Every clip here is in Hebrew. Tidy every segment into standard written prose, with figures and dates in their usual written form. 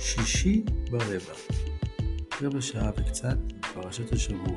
שישי ברבע, רבע שעה וקצת פרשת השבוע.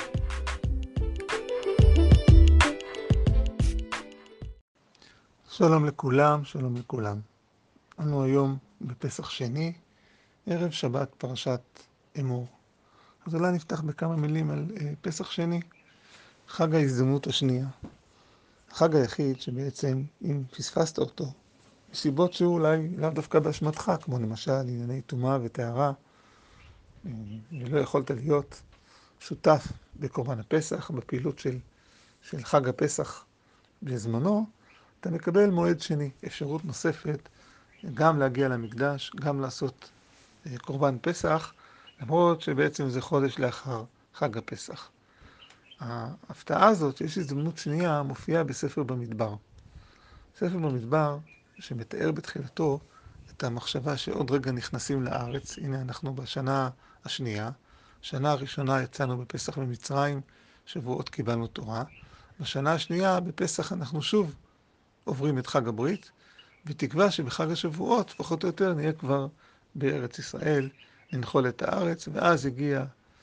שלום לכולם, שלום לכולם. אנו היום בפסח שני, ערב שבת פרשת אמור. אז אולי נפתח בכמה מילים על פסח שני, חג ההזדמנות השנייה. החג היחיד שבעצם אם פספסת אותו, מסיבות שאולי לאו דווקא באשמתך, כמו למשל ענייני טומאה וטהרה, ולא יכולת להיות שותף בקורבן הפסח, בפעילות של חג הפסח בזמנו, אתה מקבל מועד שני, אפשרות נוספת, גם להגיע למקדש, גם לעשות קורבן פסח, למרות שבעצם זה חודש לאחר חג הפסח. ההפתעה הזאת, שיש הזדמנות שנייה, מופיעה בספר במדבר. ספר במדבר שמתאר בתחילתו את המחשבה שעוד רגע נכנסים לארץ. הנה אנחנו בשנה השנייה. בשנה הראשונה יצאנו בפסח במצרים, שבועות קיבלנו תורה. בשנה השנייה, בפסח, אנחנו שוב עוברים את חג הברית, בתקווה שבחג השבועות, פחות או יותר, נהיה כבר בארץ ישראל, ננחול את הארץ, ואז הגיע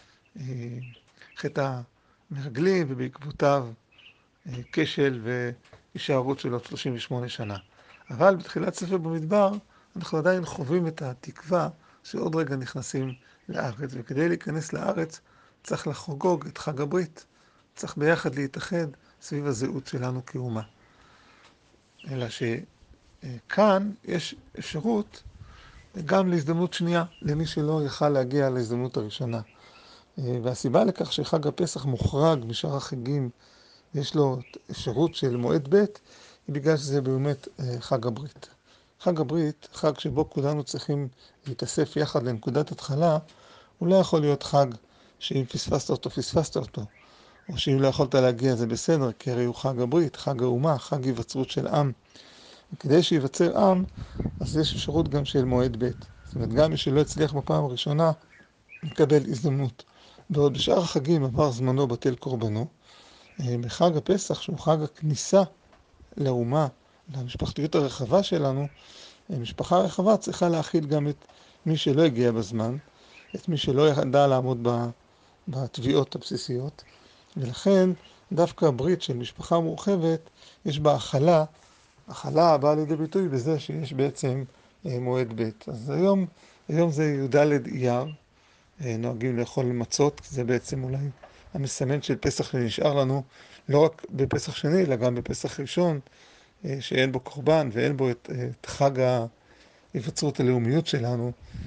חטא המרגלים, ובעקבותיו כשל והישארות שלו 38 שנה. אבל בתחילת ספר במדבר, אנחנו עדיין חווים את התקווה שעוד רגע נכנסים לארץ, וכדי להיכנס לארץ צריך לחגוג את חג הברית, צריך ביחד להתאחד סביב הזהות שלנו כאומה. אלא שכאן יש אפשרות גם להזדמנות שנייה, למי שלא יכל להגיע להזדמנות הראשונה. והסיבה לכך שחג הפסח מוחרג משאר החגים, יש לו אפשרות של מועד ב', היא בגלל שזה באמת חג הברית. חג הברית, חג שבו כולנו צריכים להתאסף יחד לנקודת התחלה, הוא לא יכול להיות חג שאם פספסת אותו, פספסת אותו. או שאם לא יכולת להגיע זה בסדר, כי הרי הוא חג הברית, חג האומה, חג היווצרות של עם. וכדי שיווצר עם, אז יש אפשרות גם של מועד ב'. זאת אומרת, גם מי שלא הצליח בפעם הראשונה, מקבל הזדמנות. בעוד בשאר החגים עבר זמנו בטל קורבנו, בחג הפסח, שהוא חג הכניסה לאומה, למשפחתיות הרחבה שלנו, משפחה רחבה צריכה להכיל גם את מי שלא הגיע בזמן, את מי שלא ידע לעמוד בתביעות הבסיסיות, ולכן דווקא הברית של משפחה מורחבת, יש בה הכלה באה לידי ביטוי בזה שיש בעצם מועד ב'. אז היום זה י"ד אייר, נוהגים לאכול מצות, זה בעצם אולי המסמן של פסח שנשאר לנו, לא רק בפסח שני, אלא גם בפסח ראשון, שאין בו קורבן ואין בו את חג ההיווצרות הלאומיות שלנו,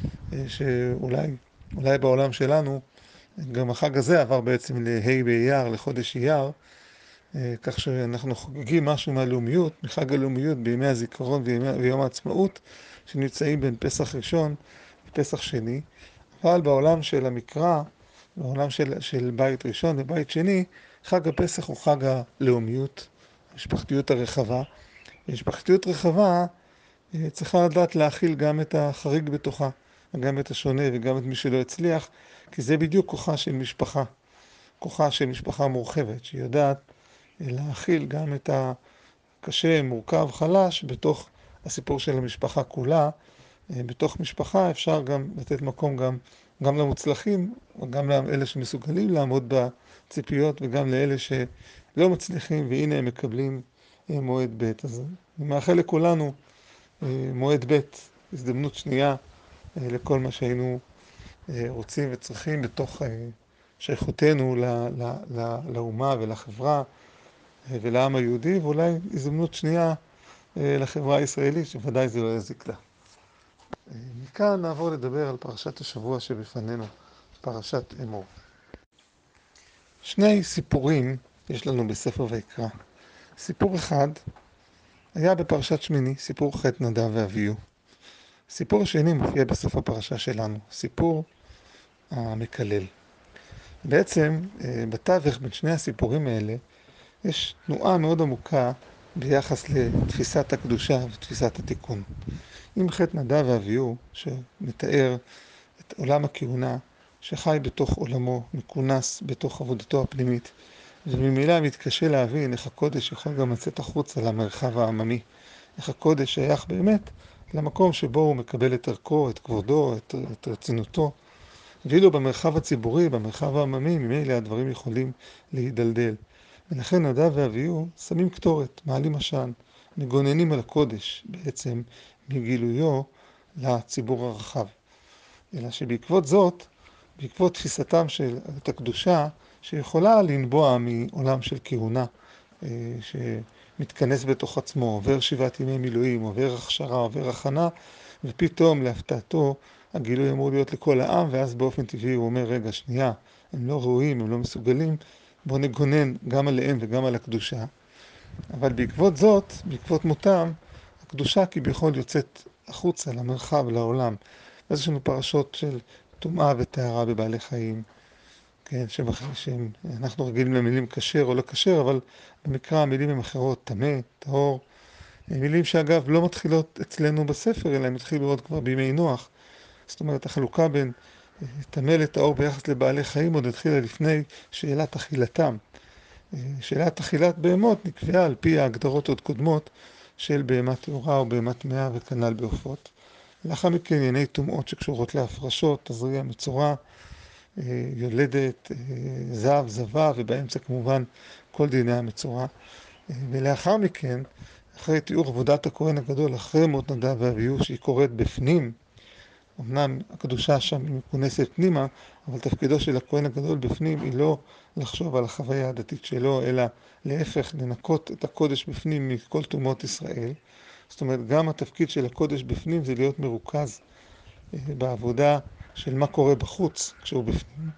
שאולי בעולם שלנו, גם החג הזה עבר בעצם לה' באייר, לחודש אייר, כך שאנחנו חוגגים משהו מהלאומיות, מחג הלאומיות בימי הזיכרון ויום העצמאות, שנמצאים בין פסח ראשון ופסח שני. אבל בעולם של המקרא, בעולם של בית ראשון ובית שני, חג הפסח הוא חג הלאומיות, המשפחתיות הרחבה. המשפחתיות רחבה צריכה לדעת להכיל גם את החריג בתוכה, גם את השונה וגם את מי שלא הצליח, כי זה בדיוק כוחה של משפחה מורחבת, שהיא יודעת להכיל גם את הקשה, מורכב, חלש, בתוך הסיפור של המשפחה כולה. בתוך משפחה אפשר גם לתת מקום גם למוצלחים, וגם לאלה שמסוגלים לעמוד בציפיות, וגם לאלה שלא מצליחים, והנה הם מקבלים מועד ב'. אז אני מאחל לכולנו מועד ב', הזדמנות שנייה לכל מה שהיינו רוצים וצריכים בתוך שייכותנו לאומה ולחברה ולעם היהודי, ואולי הזדמנות שנייה לחברה הישראלית, שוודאי זה לא יזיק לה. מכאן נעבור לדבר על פרשת השבוע שבפנינו, פרשת אמור. שני סיפורים יש לנו בספר ויקרא. סיפור אחד היה בפרשת שמיני, סיפור חטא נדב ואביהו. סיפור השני מופיע בסוף הפרשה שלנו, סיפור המקלל. בעצם בתווך בין שני הסיפורים האלה יש תנועה מאוד עמוקה ביחס לתפיסת הקדושה ותפיסת התיקון. עם חטא נדב ואביהו, שמתאר את עולם הכהונה, שחי בתוך עולמו, מכונס בתוך עבודתו הפנימית, וממילא מתקשה להבין איך הקודש יכול גם לצאת החוצה למרחב העממי, איך הקודש שייך באמת למקום שבו הוא מקבל את ערכו, את כבודו, את רצינותו. ואילו במרחב הציבורי, במרחב העממי, ממילא הדברים יכולים להידלדל. ולכן נדב ואביהו שמים קטורת, מעלים עשן, מגוננים על הקודש בעצם מגילויו לציבור הרחב. אלא שבעקבות זאת, בעקבות תפיסתם של את הקדושה, שיכולה לנבוע מעולם של כהונה, שמתכנס בתוך עצמו, עובר 7 ימי מילואים, עובר הכשרה, עובר הכנה, ופתאום להפתעתו הגילוי אמור להיות לכל העם, ואז באופן טבעי הוא אומר, רגע, שנייה, הם לא ראויים, הם לא מסוגלים, בואו נגונן גם עליהם וגם על הקדושה. אבל בעקבות זאת, בעקבות מותם, הקדושה כביכול יוצאת החוצה, למרחב, לעולם. אז יש לנו פרשות של טומאה וטהרה בבעלי חיים, כן, שאנחנו רגילים למילים כשר או לא כשר, אבל במקרא המילים הן אחרות, טמא, טהור. מילים שאגב לא מתחילות אצלנו בספר, אלא הן התחילו עוד כבר בימי נוח. זאת אומרת, החלוקה בין טמא לטהור ביחס לבעלי חיים עוד התחילה לפני שאלת אכילתם. שאלת אכילת בהמות נקבעה על פי ההגדרות עוד קודמות של בהמה טהורה או בהמה טמאה וכנ"ל בעופות. לאחר מכן ענייני טומאות שקשורות להפרשות, תזריע, מצורע, יולדת, זב, זבה, ובאמצע כמובן כל דיני המצורע. ולאחר מכן, אחרי תיאור עבודת הכהן הגדול, אחרי מות נדב ואביהו שהיא קורית בפנים, אמנם הקדושה שם היא מכונסת פנימה, אבל תפקידו של הכהן הגדול בפנים היא לא לחשוב על החוויה הדתית שלו, אלא להפך, לנקות את הקודש בפנים מכל טומאות ישראל. זאת אומרת, גם התפקיד של הקודש בפנים זה להיות מרוכז בעבודה של מה קורה בחוץ כשהוא בפנים.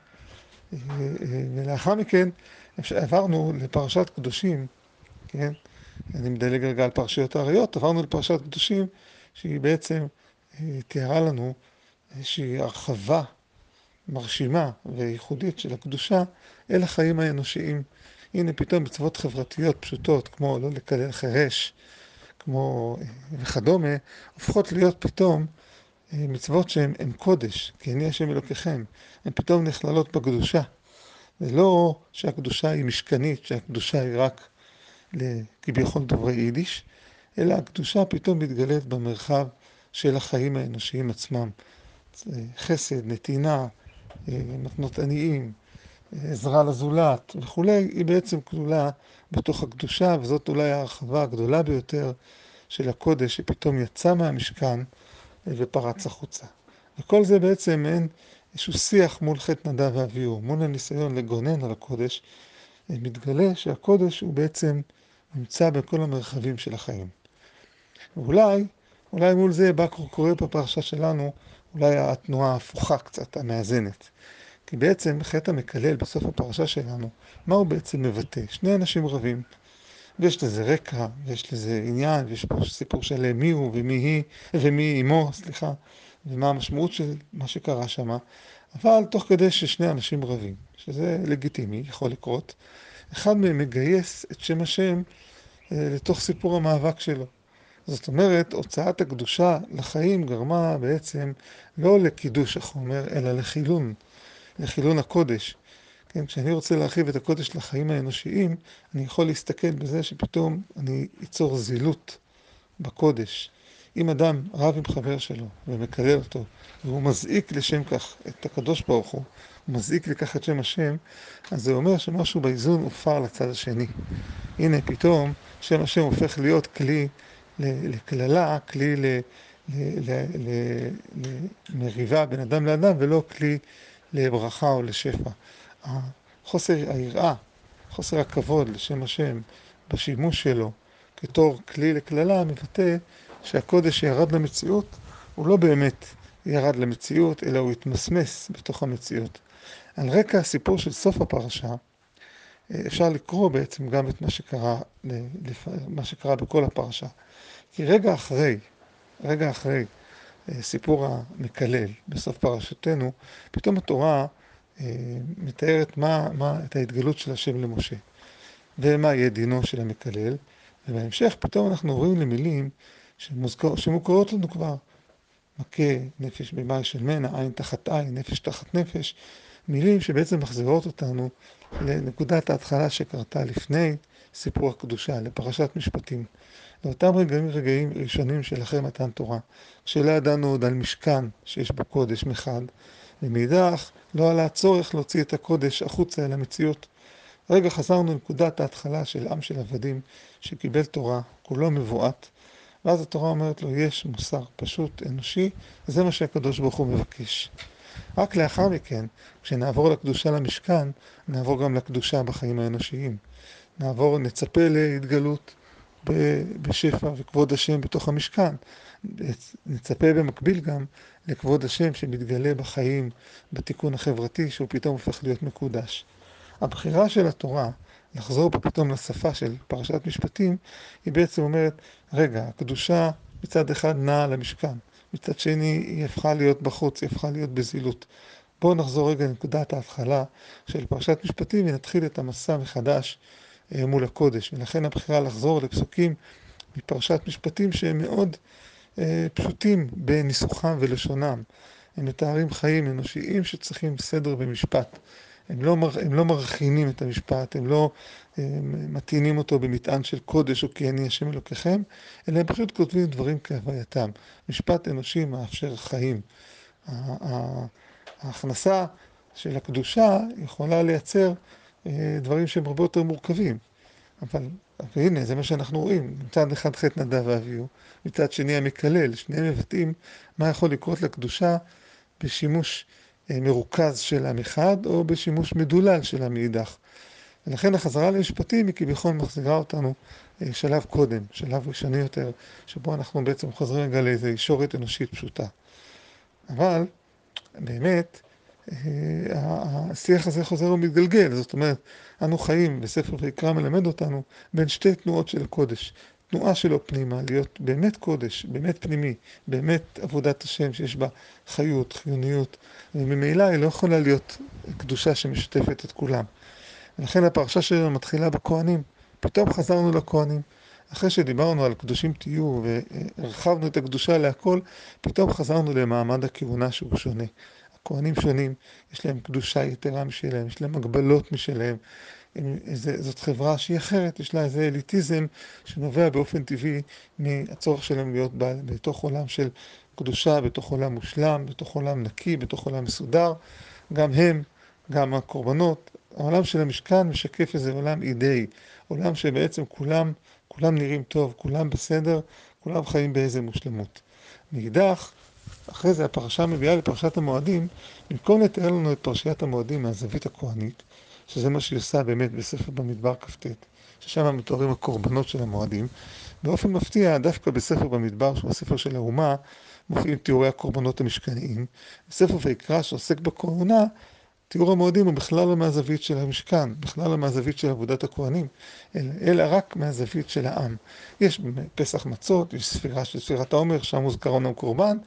ולאחר מכן עברנו לפרשת קדושים, כן? אני מדלג רגע על פרשיות האריות, עברנו לפרשת קדושים שהיא בעצם תיארה לנו איזושהי הרחבה מרשימה וייחודית של הקדושה אל החיים האנושיים. הנה פתאום מצוות חברתיות פשוטות כמו לא לקלל חירש, כמו וכדומה, הופכות להיות פתאום מצוות שהן קודש, כי אני השם אלוקיכם, הן פתאום נכללות בקדושה. זה לא שהקדושה היא משכנית, שהקדושה היא רק כביכול דוברי יידיש, אלא הקדושה פתאום מתגלית במרחב של החיים האנושיים עצמם. חסד, נתינה, מתנות עניים, עזרה לזולת וכולי, היא בעצם כלולה בתוך הקדושה, וזאת אולי ההרחבה הגדולה ביותר של הקודש שפתאום יצא מהמשכן ופרץ החוצה. וכל זה בעצם אין איזשהו שיח מול חטא נדב ואביהו, מול הניסיון לגונן על הקודש, מתגלה שהקודש הוא בעצם נמצא בכל המרחבים של החיים. ואולי מול זה בא קורא בפרשה שלנו, אולי התנועה ההפוכה קצת, המאזנת. כי בעצם חטא המקלל בסוף הפרשה שלנו, מה הוא בעצם מבטא? שני אנשים רבים, ויש לזה רקע, ויש לזה עניין, ויש פה סיפור של מי הוא ומי היא, ומי אמו, ומה המשמעות של מה שקרה שם. אבל תוך כדי ששני אנשים רבים, שזה לגיטימי, יכול לקרות, אחד מהם מגייס את שם השם לתוך סיפור המאבק שלו. זאת אומרת, הוצאת הקדושה לחיים גרמה בעצם לא לקידוש החומר, אלא לחילון הקודש. כן, כשאני רוצה להרחיב את הקודש לחיים האנושיים, אני יכול להסתכל בזה שפתאום אני אצור זילות בקודש. אם אדם רב עם חבר שלו ומקלל אותו, והוא מזעיק לשם כך את הקדוש ברוך הוא מזעיק לכך את שם השם, אז זה אומר שמשהו באיזון הופר לצד השני. הנה פתאום שם השם הופך להיות כלי לקללה, כלי למריבה בין אדם לאדם, ולא כלי לברכה או לשפע. חוסר היראה, חוסר הכבוד לשם השם בשימוש שלו כתור כלי לקללה מבטא שהקודש שירד למציאות הוא לא באמת ירד למציאות, אלא הוא התמסמס בתוך המציאות. על רקע הסיפור של סוף הפרשה אפשר לקרוא בעצם גם את מה שקרה בכל הפרשה. כי רגע אחרי סיפור המקלל בסוף פרשתנו, פתאום התורה מתארת את ההתגלות של השם למשה, ומה יהיה דינו של המקלל, ובהמשך פתאום אנחנו רואים למילים שמוכרות לנו כבר, מכה נפש במאי של מנה, עין תחת עין, נפש תחת נפש, מילים שבעצם מחזירות אותנו לנקודת ההתחלה שקרתה לפני סיפור הקדושה, לפרשת משפטים. לאותם רגעים ראשונים של אחרי מתן תורה, כשלא ידענו עוד על משכן שיש בו קודש מחד, ומאידך לא עלה הצורך להוציא את הקודש החוצה אל המציאות. רגע חזרנו לנקודת ההתחלה של עם של עבדים שקיבל תורה, כולו מבועת, ואז התורה אומרת לו, יש מוסר פשוט, אנושי, זה מה שהקדוש ברוך הוא מבקש. רק לאחר מכן, כשנעבור לקדושה למשכן, נעבור גם לקדושה בחיים האנושיים. נצפה להתגלות בשפע וכבוד השם בתוך המשכן. נצפה במקביל גם לכבוד השם שמתגלה בחיים, בתיקון החברתי, שהוא פתאום הופך להיות מקודש. הבחירה של התורה לחזור פה פתאום לשפה של פרשת משפטים, היא בעצם אומרת, רגע, הקדושה מצד אחד נעה למשכן, מצד שני היא הפכה להיות בחוץ, היא הפכה להיות בזילות. בואו נחזור רגע לנקודת ההתחלה של פרשת משפטים ונתחיל את המסע מחדש מול הקודש. ולכן הבחירה לחזור לפסוקים מפרשת משפטים שהם מאוד פשוטים בניסוחם ולשונם. הם מתארים חיים אנושיים שצריכים סדר במשפט. הם לא מרחינים את המשפט, הם לא מתאינים אותו במטען של קודש או כי אני השם אלוקיכם, אלא הם פשוט כותבים דברים כהווייתם. משפט אנושי מאפשר חיים. ההכנסה של הקדושה יכולה לייצר דברים שהם הרבה יותר מורכבים. אבל הנה, זה מה שאנחנו רואים. מצד אחד חטא נדב ואביהו, מצד שני המקלל, שניהם מבטאים מה יכול לקרות לקדושה בשימוש מרוכז שלה מחד, או בשימוש מדולל שלה מאידך. ולכן החזרה למשפטים היא כביכול מחזירה אותנו שלב קודם, שלב ראשוני יותר, שבו אנחנו בעצם חוזרים רגע לאיזו ישורת אנושית פשוטה. אבל באמת, השיח הזה חוזר ומתגלגל, זאת אומרת, אנו חיים, בספר ויקרא מלמד אותנו, בין שתי תנועות של הקודש. תנועה שלו פנימה, להיות באמת קודש, באמת פנימי, באמת עבודת השם שיש בה חיות, חיוניות, וממילא היא לא יכולה להיות קדושה שמשתפת את כולם. ולכן הפרשה שלנו מתחילה בכהנים. פתאום חזרנו לכהנים. אחרי שדיברנו על קדושים תהיו והרחבנו את הקדושה להכל, פתאום חזרנו למעמד הכהונה שהוא שונה. הכהנים שונים, יש להם קדושה יתרה משלהם, יש להם הגבלות משלהם. זאת חברה שהיא אחרת, יש לה איזה אליטיזם שנובע באופן טבעי מהצורך שלהם להיות בתוך עולם של קדושה, בתוך עולם מושלם, בתוך עולם נקי, בתוך עולם מסודר. גם הם, גם הקורבנות, העולם של המשכן משקף איזה עולם אידאי, עולם שבעצם כולם נראים טוב, כולם בסדר, כולם חיים באיזה מושלמות. מאידך, אחרי זה הפרשה מביאה לפרשת המועדים, במקום לתאר לנו את פרשיית המועדים מהזווית הכהנית, שזה מה שהיא עושה באמת בספר במדבר כ"ט, ששם מתוארים הקורבנות של המועדים, באופן מפתיע, דווקא בספר במדבר, שהוא הספר של האומה, מופיעים תיאורי הקורבנות המשכניים. בספר ויקרא שעוסק בכהונה, תיאור המועדים הוא בכלל לא מהזווית של המשכן, בכלל לא מהזווית של עבודת הכהנים, אלא רק מהזווית של העם. יש פסח מצות, יש ספירה של ספירת העומר, שם מוזכר אומנם קורבן,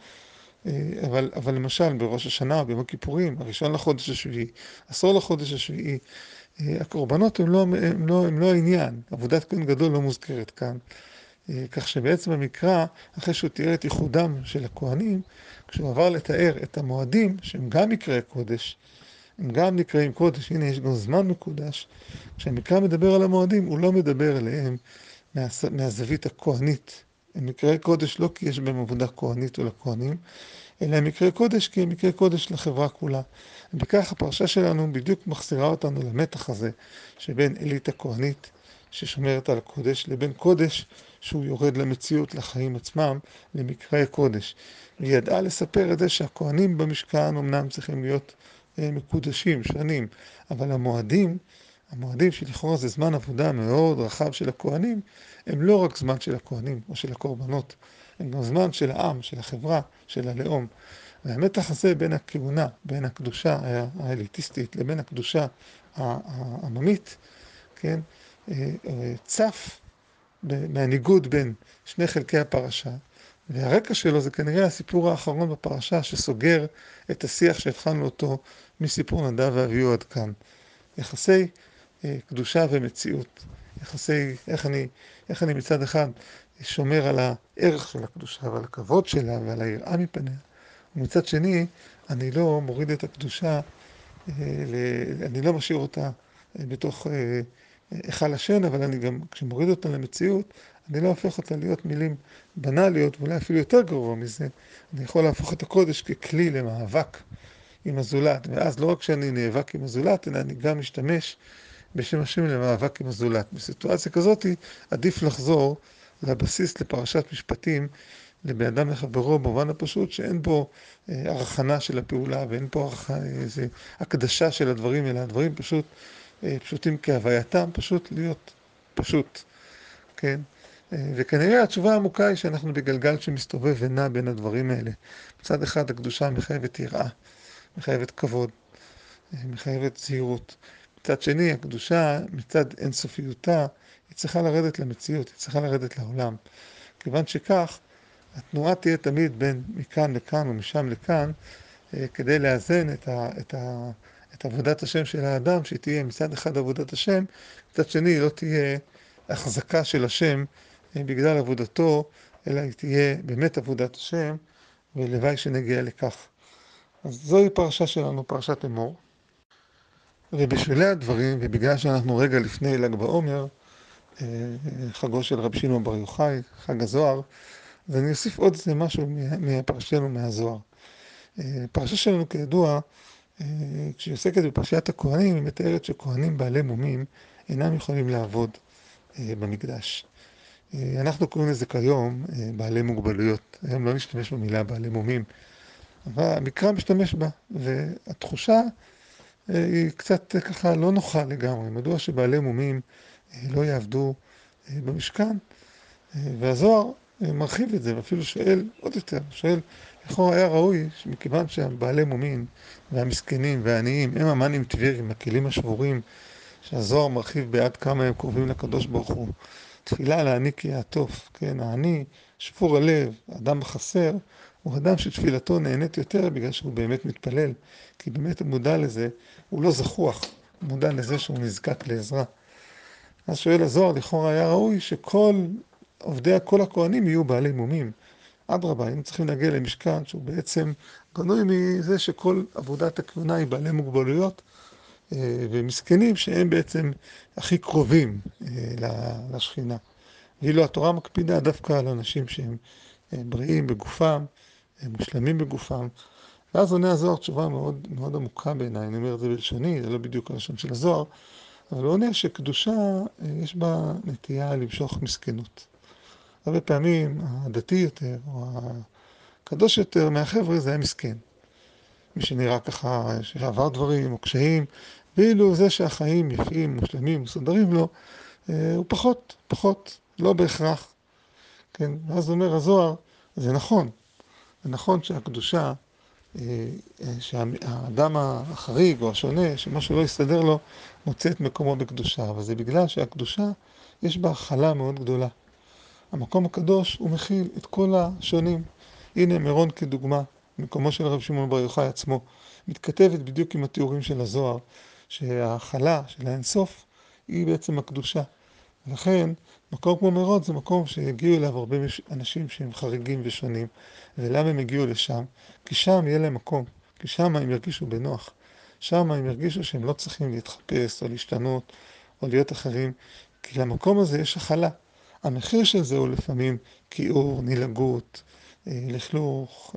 אבל למשל בראש השנה או ביום הכיפורים, הראשון לחודש השביעי, עשור לחודש השביעי, הקורבנות הם לא העניין, עבודת כהן גדול לא מוזכרת כאן. כך שבעצם המקרא, אחרי שהוא תיאר את ייחודם של הכהנים, כשהוא עבר לתאר את המועדים, שהם גם מקראי קודש, הם גם נקראים קודש, הנה יש גם זמן מקודש, כשהמקרא מדבר על המועדים, הוא לא מדבר עליהם מהזווית הכהנית. הם מקראי קודש לא כי יש בהם עבודה כהנית או לכהנים, אלא הם מקראי קודש כי הם מקראי קודש לחברה כולה. ובכך הפרשה שלנו בדיוק מחזירה אותנו למתח הזה, שבין אליטה כהנית ששומרת על הקודש, לבין קודש שהוא יורד למציאות, לחיים עצמם, למקראי קודש. והיא ידעה לספר את זה שהכהנים במשכן אמנם צריכים להיות מקודשים, שנים, אבל המועדים שלכאורה זה זמן עבודה מאוד רחב של הכהנים, הם לא רק זמן של הכהנים או של הקורבנות, הם גם זמן של העם, של החברה, של הלאום. והמתח הזה בין הכהונה, בין הקדושה האליטיסטית לבין הקדושה העממית, כן, צף מהניגוד בין שני חלקי הפרשה, והרקע שלו זה כנראה הסיפור האחרון בפרשה שסוגר את השיח שהתחלנו אותו מסיפור נדב ואביהו עד כאן. יחסי קדושה ומציאות, יחסי איך אני מצד אחד שומר על הערך של הקדושה ועל הכבוד שלה ועל היראה מפניה, ומצד שני אני לא מוריד את הקדושה, אני לא משאיר אותה בתוך היכל השן, אבל אני גם, כשמוריד אותה למציאות, אני לא הופך אותה להיות מילים בנאליות, ואולי אפילו יותר גרוע מזה, אני יכול להפוך את הקודש ככלי למאבק עם הזולת, ואז לא רק שאני נאבק עם הזולת, אלא אני גם משתמש בשם השם למאבק עם הזולת. בסיטואציה כזאת עדיף לחזור לבסיס, לפרשת משפטים, לבן אדם לחברו, במובן הפשוט שאין בו הרחנה של הפעולה, ואין פה איזה הקדשה של הדברים, אלא הדברים פשוטים כהווייתם, פשוט להיות פשוט, כן? וכנראה התשובה העמוקה היא שאנחנו בגלגל שמסתובב ונע בין הדברים האלה. מצד אחד הקדושה מחייבת יראה, מחייבת כבוד, מחייבת זהירות. מצד שני, הקדושה, מצד אינסופיותה, היא צריכה לרדת למציאות, היא צריכה לרדת לעולם. כיוון שכך, התנועה תהיה תמיד בין מכאן לכאן ומשם לכאן, כדי לאזן את עבודת השם של האדם, שהיא תהיה מצד אחד עבודת השם, מצד שני לא תהיה החזקה של השם בגלל עבודתו, אלא היא תהיה באמת עבודת השם, ולוואי שנגיע לכך. אז זוהי פרשה שלנו, פרשת אמור. ובשולי הדברים, ובגלל שאנחנו רגע לפני ל"ג בעומר, חגו של רבי שמעון בר יוחאי, חג הזוהר, אז אני אוסיף עוד איזה משהו מהפרשנו מהזוהר. פרשה שלנו כידוע, כשהיא עוסקת בפרשיית הכהנים, היא מתארת שכהנים בעלי מומים אינם יכולים לעבוד במקדש. אנחנו קוראים לזה כיום בעלי מוגבלויות, היום לא נשתמש במילה בעלי מומים, אבל המקרא משתמש בה, והתחושה היא קצת ככה לא נוחה לגמרי. מדוע שבעלי מומים לא יעבדו במשכן? והזוהר מרחיב את זה, ואפילו שואל עוד יותר, שואל, לכאורה היה ראוי שמכיוון שהבעלי מומים והמסכנים והעניים הם המאנים טבעיים, הכלים השבורים, שהזוהר מרחיב בעד כמה הם קרובים לקדוש ברוך הוא. תפילה להעניק יעטוף, כן, העני, שבור הלב, אדם חסר, הוא אדם שתפילתו נהנית יותר בגלל שהוא באמת מתפלל, כי באמת הוא מודע לזה, הוא לא זחוח, הוא מודע לזה שהוא נזקק לעזרה. אז שואל הזוהר, לכאורה היה ראוי שכל עובדי כל הכהנים יהיו בעלי מומים. אדרבה, הם צריכים להגיע למשכן שהוא בעצם בנוי מזה שכל עבודת הכהונה היא בעלי מוגבלויות, ומסכנים שהם בעצם הכי קרובים לשכינה. ואילו התורה מקפידה דווקא על אנשים שהם בריאים בגופם, מושלמים בגופם. ואז עונה הזוהר תשובה מאוד, מאוד עמוקה בעיניי, אני אומר את זה בלשוני, זה לא בדיוק הלשון של הזוהר, אבל הוא עונה שקדושה יש בה נטייה למשוך מסכנות. הרבה פעמים הדתי יותר, או הקדוש יותר מהחבר'ה זה היה מסכן. מי שנראה ככה, שעבר דברים או קשיים, ואילו זה שהחיים יפים, מושלמים, מסודרים לו, הוא פחות, לא בהכרח. כן? ואז אומר הזוהר, זה נכון. זה נכון שהקדושה, שהאדם החריג או השונה, שמשהו לא יסתדר לו, מוצא את מקומו בקדושה. אבל זה בגלל שהקדושה, יש בה הכלה מאוד גדולה. המקום הקדוש הוא מכיל את כל השונים. הנה מירון כדוגמה, מקומו של רבי שמעון בר יוחאי עצמו, מתכתבת בדיוק עם התיאורים של הזוהר, שההכלה של האינסוף היא בעצם הקדושה. ולכן, מקום כמו מירון זה מקום שהגיעו אליו הרבה אנשים שהם חריגים ושונים. ולמה הם הגיעו לשם? כי שם יהיה להם מקום, כי שם הם ירגישו בנוח. שם הם ירגישו שהם לא צריכים להתחפש או להשתנות או להיות אחרים, כי למקום הזה יש הכלה. המחיר של זה הוא לפעמים כיעור, נילגות, לכלוך,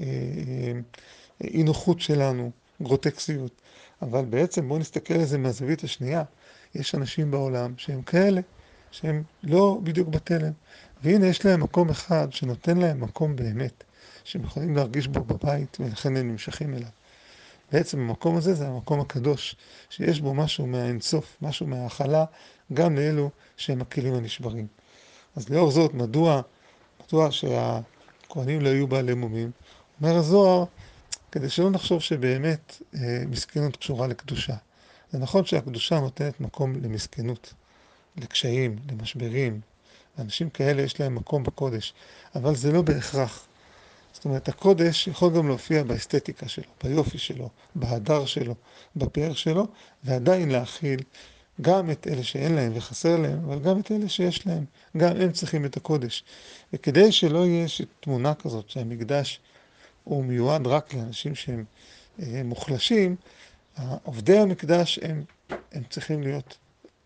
אי נוחות שלנו, גרוטקסיות. אבל בעצם בואו נסתכל על זה מהזווית השנייה. יש אנשים בעולם שהם כאלה, שהם לא בדיוק בתלם. והנה יש להם מקום אחד שנותן להם מקום באמת, שהם יכולים להרגיש בו בבית ולכן הם נמשכים אליו. בעצם המקום הזה זה המקום הקדוש, שיש בו משהו מהאינסוף, משהו מההכלה, גם לאלו שהם הכלים הנשברים. אז לאור זאת, מדוע שהכהנים לא יהיו בעלי מומים? אומר הזוהר, כדי שלא נחשוב שבאמת מסכנות קשורה לקדושה. זה נכון שהקדושה נותנת מקום למסכנות, לקשיים, למשברים. אנשים כאלה יש להם מקום בקודש, אבל זה לא בהכרח. זאת אומרת, הקודש יכול גם להופיע באסתטיקה שלו, ביופי שלו, בהדר שלו, בפאר שלו, ועדיין להכיל גם את אלה שאין להם וחסר להם, אבל גם את אלה שיש להם. גם הם צריכים את הקודש. וכדי שלא יהיה תמונה כזאת שהמקדש הוא מיועד רק לאנשים שהם מוחלשים, עובדי המקדש הם צריכים להיות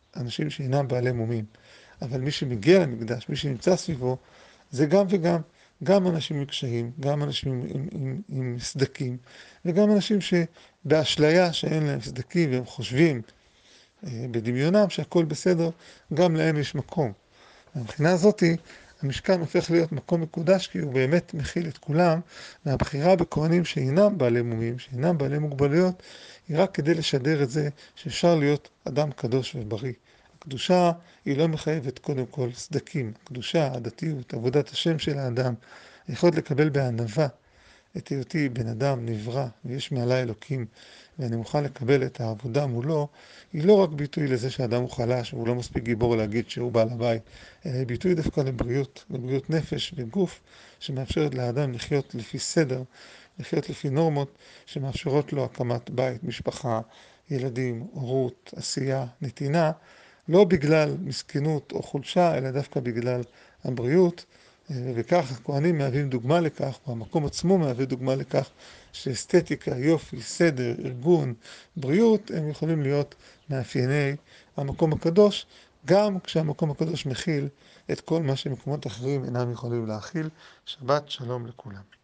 אנשים שאינם בעלי מומים. אבל מי שמגיע למקדש, מי שנמצא סביבו, זה גם וגם. גם אנשים עם קשיים, גם אנשים עם סדקים, וגם אנשים שבאשליה שאין להם סדקים והם חושבים בדמיונם שהכל בסדר, גם להם יש מקום. מבחינה הזאת, המשכן הופך להיות מקום מקודש, כי הוא באמת מכיל את כולם, והבחירה בכהנים שאינם בעלי מומים, שאינם בעלי מוגבלויות, היא רק כדי לשדר את זה שאפשר להיות אדם קדוש ובריא. הקדושה היא לא מחייבת קודם כל סדקים. הקדושה, הדתיות, עבודת השם של האדם, היכולת לקבל בענווה את היותי בן אדם נברא ויש מעלי אלוקים ואני מוכן לקבל את העבודה מולו, היא לא רק ביטוי לזה שהאדם הוא חלש והוא לא מספיק גיבור להגיד שהוא בעל הבית, אלא היא ביטוי דווקא לבריאות נפש וגוף, שמאפשרת לאדם לחיות לפי סדר, לחיות לפי נורמות שמאפשרות לו הקמת בית, משפחה, ילדים, הורות, עשייה, נתינה, לא בגלל מסכנות או חולשה, אלא דווקא בגלל הבריאות. וכך הכהנים מהווים דוגמה לכך, והמקום עצמו מהווה דוגמה לכך, שאסתטיקה, יופי, סדר, ארגון, בריאות, הם יכולים להיות מאפייני המקום הקדוש, גם כשהמקום הקדוש מכיל את כל מה שמקומות אחרים אינם יכולים להכיל. שבת שלום לכולם.